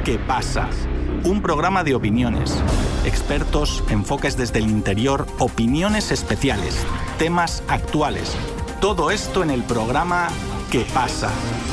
¿Qué pasa? Un programa de opiniones, expertos, enfoques desde el interior, opiniones especiales, temas actuales. Todo esto en el programa ¿Qué pasa?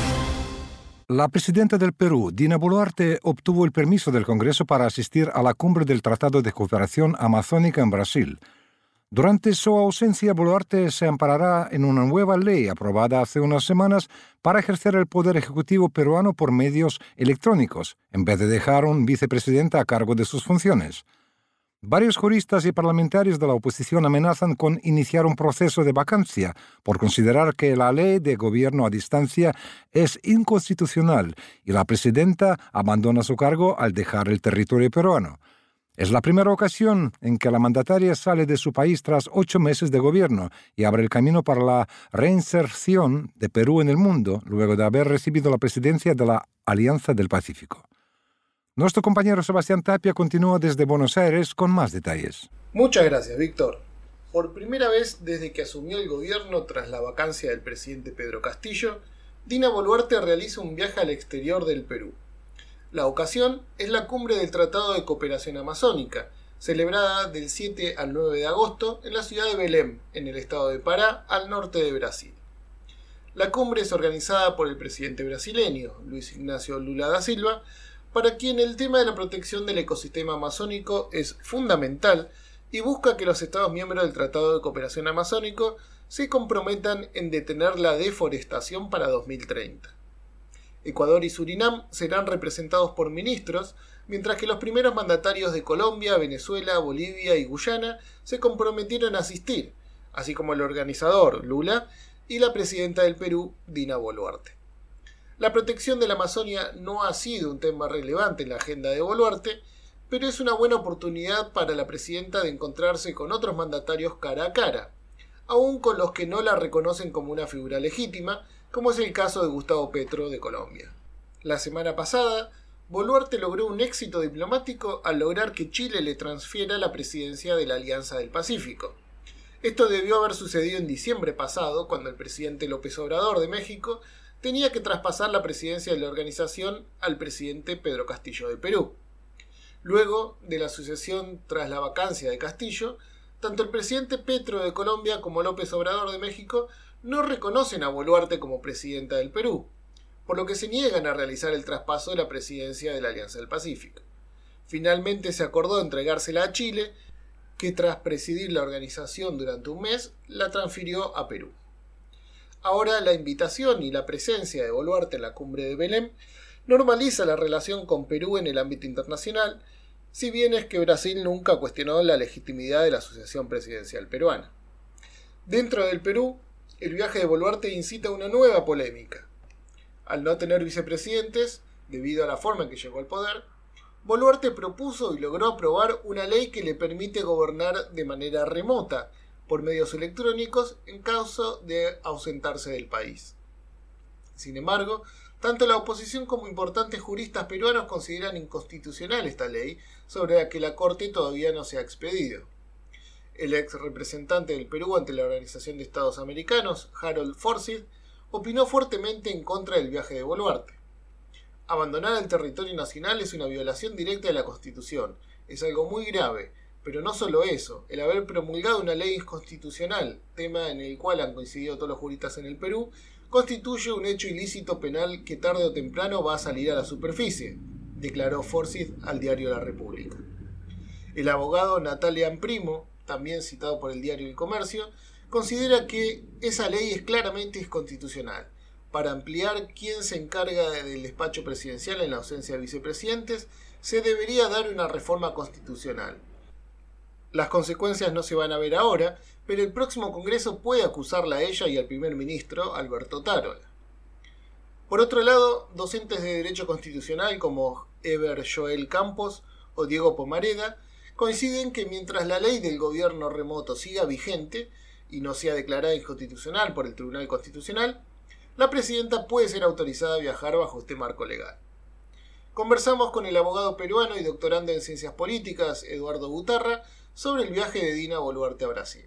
La presidenta del Perú, Dina Boluarte, obtuvo el permiso del Congreso para asistir a la cumbre del Tratado de Cooperación Amazónica en Brasil. Durante su ausencia, Boluarte se amparará en una nueva ley aprobada hace unas semanas para ejercer el poder ejecutivo peruano por medios electrónicos, en vez de dejar un vicepresidente a cargo de sus funciones. Varios juristas y parlamentarios de la oposición amenazan con iniciar un proceso de vacancia por considerar que la ley de gobierno a distancia es inconstitucional y la presidenta abandona su cargo al dejar el territorio peruano. Es la primera ocasión en que la mandataria sale de su país tras 8 meses de gobierno y abre el camino para la reinserción de Perú en el mundo luego de haber recibido la presidencia de la Alianza del Pacífico. Nuestro compañero Sebastián Tapia continúa desde Buenos Aires con más detalles. Muchas gracias, Víctor. Por primera vez desde que asumió el gobierno tras la vacancia del presidente Pedro Castillo, Dina Boluarte realiza un viaje al exterior del Perú. La ocasión es la cumbre del Tratado de Cooperación Amazónica, celebrada del 7 al 9 de agosto en la ciudad de Belém, en el estado de Pará, al norte de Brasil. La cumbre es organizada por el presidente brasileño, Luis Ignacio Lula da Silva, para quien el tema de la protección del ecosistema amazónico es fundamental y busca que los Estados miembros del Tratado de Cooperación Amazónico se comprometan en detener la deforestación para 2030. Ecuador y Surinam serán representados por ministros, mientras que los primeros mandatarios de Colombia, Venezuela, Bolivia y Guyana se comprometieron a asistir, así como el organizador, Lula, y la presidenta del Perú, Dina Boluarte. La protección de la Amazonia no ha sido un tema relevante en la agenda de Boluarte, pero es una buena oportunidad para la presidenta de encontrarse con otros mandatarios cara a cara, aun con los que no la reconocen como una figura legítima, como es el caso de Gustavo Petro de Colombia. La semana pasada, Boluarte logró un éxito diplomático al lograr que Chile le transfiera la presidencia de la Alianza del Pacífico. Esto debió haber sucedido en diciembre pasado, cuando el presidente López Obrador de México tenía que traspasar la presidencia de la organización al presidente Pedro Castillo de Perú. Luego de la sucesión tras la vacancia de Castillo, tanto el presidente Petro de Colombia como López Obrador de México no reconocen a Boluarte como presidenta del Perú, por lo que se niegan a realizar el traspaso de la presidencia de la Alianza del Pacífico. Finalmente se acordó entregársela a Chile, que tras presidir la organización durante un mes, la transfirió a Perú. Ahora la invitación y la presencia de Boluarte en la cumbre de Belém normaliza la relación con Perú en el ámbito internacional, si bien es que Brasil nunca cuestionó la legitimidad de la sucesión presidencial peruana. Dentro del Perú, el viaje de Boluarte incita a una nueva polémica. Al no tener vicepresidentes, debido a la forma en que llegó al poder, Boluarte propuso y logró aprobar una ley que le permite gobernar de manera remota, por medios electrónicos, en caso de ausentarse del país. Sin embargo, tanto la oposición como importantes juristas peruanos consideran inconstitucional esta ley, sobre la que la Corte todavía no se ha expedido. El ex representante del Perú ante la Organización de Estados Americanos, Harold Forsyth, opinó fuertemente en contra del viaje de Boluarte. Abandonar el territorio nacional es una violación directa de la Constitución. Es algo muy grave, pero no solo eso, el haber promulgado una ley constitucional, tema en el cual han coincidido todos los juristas en el Perú, constituye un hecho ilícito penal que tarde o temprano va a salir a la superficie, declaró Forsyth al diario La República. El abogado Natalian Primo, también citado por el diario El Comercio, considera que esa ley es claramente inconstitucional. Para ampliar quién se encarga del despacho presidencial en la ausencia de vicepresidentes, se debería dar una reforma constitucional. Las consecuencias no se van a ver ahora, pero el próximo Congreso puede acusarla a ella y al primer ministro, Alberto Tarola. Por otro lado, docentes de Derecho Constitucional como Eber Joel Campos o Diego Pomareda coinciden que mientras la ley del gobierno remoto siga vigente y no sea declarada inconstitucional por el Tribunal Constitucional, la presidenta puede ser autorizada a viajar bajo este marco legal. Conversamos con el abogado peruano y doctorando en Ciencias Políticas, Eduardo Butarra, sobre el viaje de Dina Boluarte a Brasil.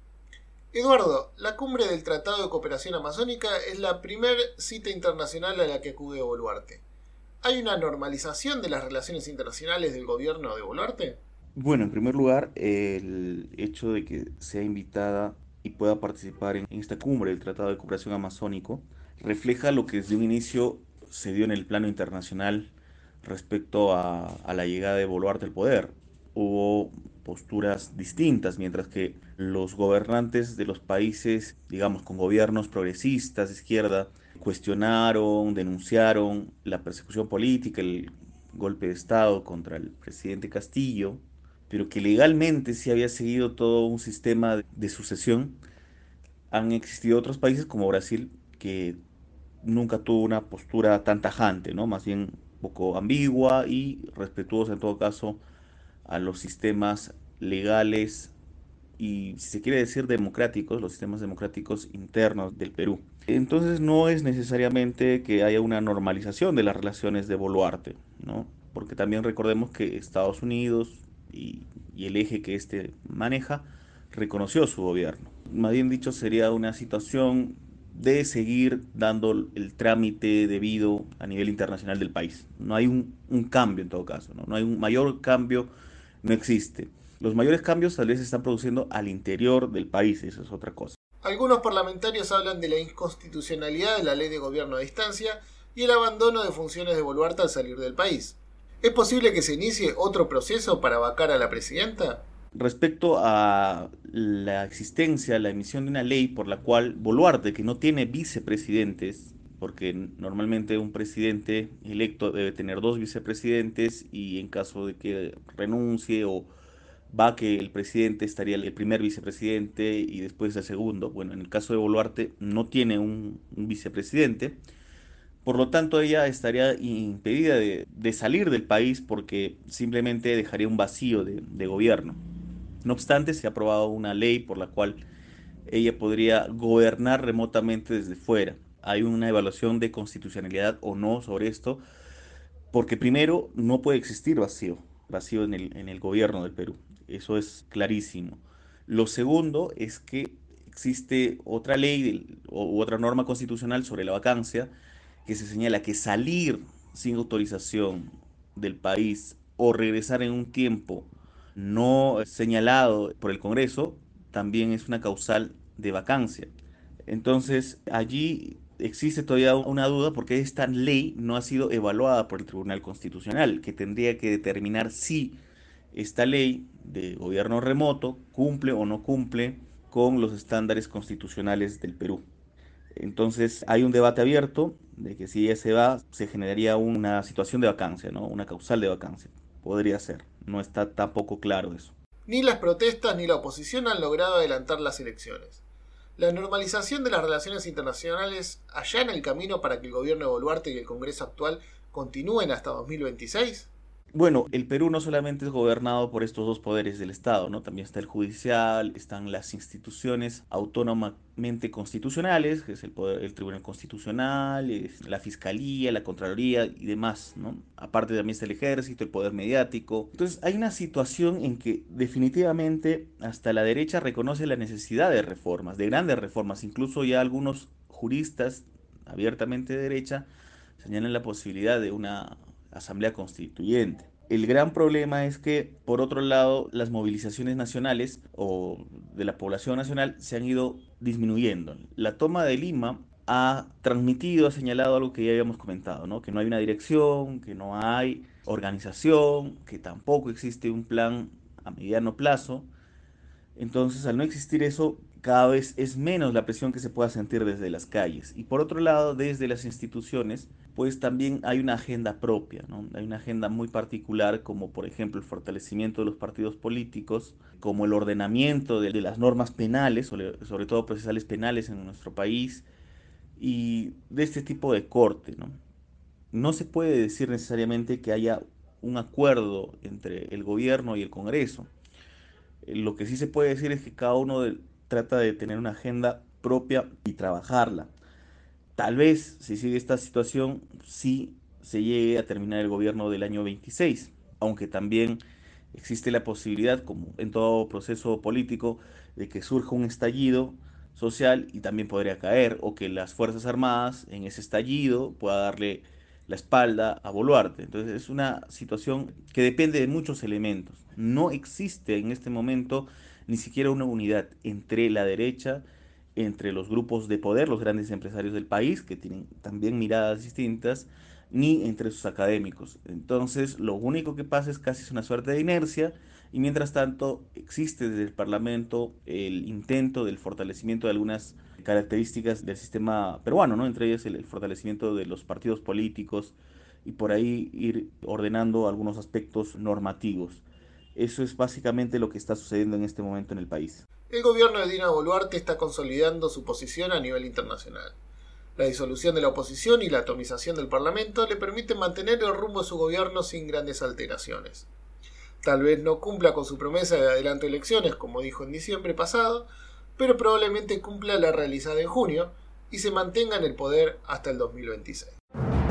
Eduardo, la cumbre del Tratado de Cooperación Amazónica es la primera cita internacional a la que acude Boluarte. ¿Hay una normalización de las relaciones internacionales del gobierno de Boluarte? Bueno, en primer lugar, el hecho de que sea invitada y pueda participar en esta cumbre del Tratado de Cooperación Amazónico refleja lo que desde un inicio se dio en el plano internacional respecto a la llegada de Boluarte al poder. Hubo posturas distintas, mientras que los gobernantes de los países, digamos, con gobiernos progresistas de izquierda, cuestionaron, denunciaron la persecución política, el golpe de Estado contra el presidente Castillo, pero que legalmente sí había seguido todo un sistema de sucesión. Han existido otros países como Brasil que nunca tuvo una postura tan tajante, ¿no? Más bien un poco ambigua y respetuosa en todo caso a los sistemas legales y, si se quiere decir, democráticos, los sistemas democráticos internos del Perú. Entonces no es necesariamente que haya una normalización de las relaciones de Boluarte, ¿no? Porque también recordemos que Estados Unidos y el eje que éste maneja reconoció su gobierno. Más bien dicho, sería una situación de seguir dando el trámite debido a nivel internacional del país. No hay un cambio en todo caso, ¿no? No hay un mayor cambio, no existe. Los mayores cambios tal vez se están produciendo al interior del país, eso es otra cosa. Algunos parlamentarios hablan de la inconstitucionalidad de la ley de gobierno a distancia y el abandono de funciones de Boluarte al salir del país. ¿Es posible que se inicie otro proceso para vacar a la presidenta? Respecto a la existencia, la emisión de una ley por la cual Boluarte, que no tiene vicepresidentes, porque normalmente un presidente electo debe tener dos vicepresidentes y en caso de que renuncie o vaque el presidente estaría el primer vicepresidente y después el segundo. Bueno, en el caso de Boluarte no tiene un vicepresidente. Por lo tanto, ella estaría impedida de salir del país porque simplemente dejaría un vacío de gobierno. No obstante, se ha aprobado una ley por la cual ella podría gobernar remotamente desde fuera. Hay una evaluación de constitucionalidad o no sobre esto, porque primero no puede existir vacío en el gobierno del Perú. Eso es clarísimo. Lo segundo es que existe otra ley u otra norma constitucional sobre la vacancia que se señala que salir sin autorización del país o regresar en un tiempo no señalado por el Congreso también es una causal de vacancia. Entonces, allí existe todavía una duda porque esta ley no ha sido evaluada por el Tribunal Constitucional, que tendría que determinar si esta ley de gobierno remoto cumple o no cumple con los estándares constitucionales del Perú. Entonces, hay un debate abierto de que si ella se va, se generaría una situación de vacancia, ¿no? Una causal de vacancia. Podría ser. No está tampoco claro eso. Ni las protestas ni la oposición han logrado adelantar las elecciones. ¿La normalización de las relaciones internacionales allana el camino para que el gobierno de Boluarte y el Congreso actual continúen hasta 2026? Bueno, el Perú no solamente es gobernado por estos dos poderes del Estado, ¿no? También está el judicial, están las instituciones autónomamente constitucionales, que es el Tribunal Constitucional, es la Fiscalía, la Contraloría y demás, ¿no? Aparte también está el Ejército, el poder mediático. Entonces hay una situación en que definitivamente hasta la derecha reconoce la necesidad de reformas, de grandes reformas. Incluso ya algunos juristas abiertamente de derecha señalan la posibilidad de una asamblea constituyente. El gran problema es que, por otro lado, las movilizaciones nacionales o de la población nacional se han ido disminuyendo. La toma de Lima ha transmitido, ha señalado algo que ya habíamos comentado, ¿no? Que no hay una dirección, que no hay organización, que tampoco existe un plan a mediano plazo. Entonces, al no existir eso, cada vez es menos la presión que se pueda sentir desde las calles. Y por otro lado, desde las instituciones, pues también hay una agenda propia, ¿no? Hay una agenda muy particular, como por ejemplo el fortalecimiento de los partidos políticos, como el ordenamiento de las normas penales, sobre todo procesales penales en nuestro país, y de este tipo de corte, ¿no? No se puede decir necesariamente que haya un acuerdo entre el gobierno y el Congreso. Lo que sí se puede decir es que cada uno trata de tener una agenda propia y trabajarla. Tal vez, si sigue esta situación, sí se llegue a terminar el gobierno del año 26, aunque también existe la posibilidad, como en todo proceso político, de que surja un estallido social y también podría caer, o que las Fuerzas Armadas en ese estallido pueda darle la espalda a Boluarte. Entonces es una situación que depende de muchos elementos. No existe en este momento ni siquiera una unidad entre la derecha, entre los grupos de poder, los grandes empresarios del país, que tienen también miradas distintas, ni entre sus académicos. Entonces, lo único que pasa es casi una suerte de inercia, y mientras tanto existe desde el Parlamento el intento del fortalecimiento de algunas características del sistema peruano, ¿no? Entre ellas el fortalecimiento de los partidos políticos y por ahí ir ordenando algunos aspectos normativos. Eso es básicamente lo que está sucediendo en este momento en el país. El gobierno de Dina Boluarte está consolidando su posición a nivel internacional. La disolución de la oposición y la atomización del Parlamento le permiten mantener el rumbo de su gobierno sin grandes alteraciones. Tal vez no cumpla con su promesa de adelanto de elecciones, como dijo en diciembre pasado, pero probablemente cumpla la realizada en junio y se mantenga en el poder hasta el 2026.